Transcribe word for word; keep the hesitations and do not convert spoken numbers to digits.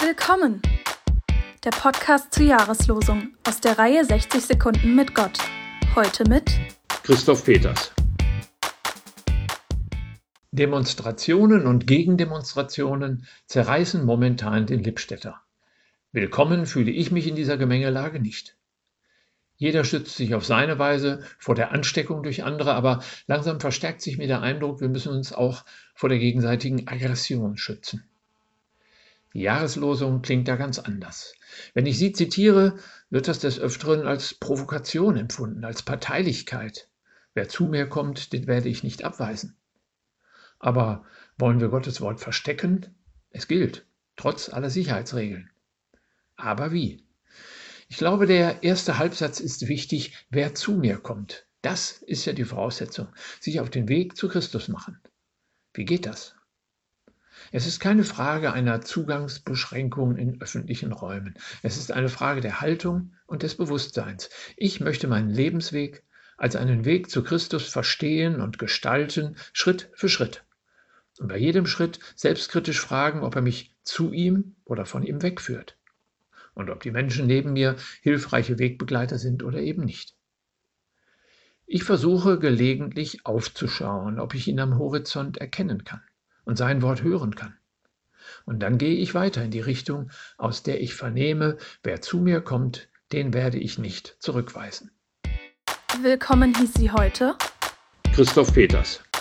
Willkommen! Der Podcast zur Jahreslosung aus der Reihe sechzig Sekunden mit Gott. Heute mit Christoph Peters. Demonstrationen und Gegendemonstrationen zerreißen momentan den Lippstädter. Willkommen fühle ich mich in dieser Gemengelage nicht. Jeder schützt sich auf seine Weise vor der Ansteckung durch andere, aber langsam verstärkt sich mir der Eindruck, wir müssen uns auch vor der gegenseitigen Aggression schützen. Die Jahreslosung klingt da ganz anders. Wenn ich sie zitiere, wird das des Öfteren als Provokation empfunden, als Parteilichkeit. Wer zu mir kommt, den werde ich nicht abweisen. Aber wollen wir Gottes Wort verstecken? Es gilt, trotz aller Sicherheitsregeln. Aber wie? Ich glaube, der erste Halbsatz ist wichtig, wer zu mir kommt. Das ist ja die Voraussetzung, sich auf den Weg zu Christus machen. Wie geht das? Es ist keine Frage einer Zugangsbeschränkung in öffentlichen Räumen. Es ist eine Frage der Haltung und des Bewusstseins. Ich möchte meinen Lebensweg als einen Weg zu Christus verstehen und gestalten, Schritt für Schritt. Und bei jedem Schritt selbstkritisch fragen, ob er mich zu ihm oder von ihm wegführt. Und ob die Menschen neben mir hilfreiche Wegbegleiter sind oder eben nicht. Ich versuche gelegentlich aufzuschauen, ob ich ihn am Horizont erkennen kann und sein Wort hören kann. Und dann gehe ich weiter in die Richtung, aus der ich vernehme, wer zu mir kommt, den werde ich nicht zurückweisen. Willkommen hieß sie heute Christoph Peters.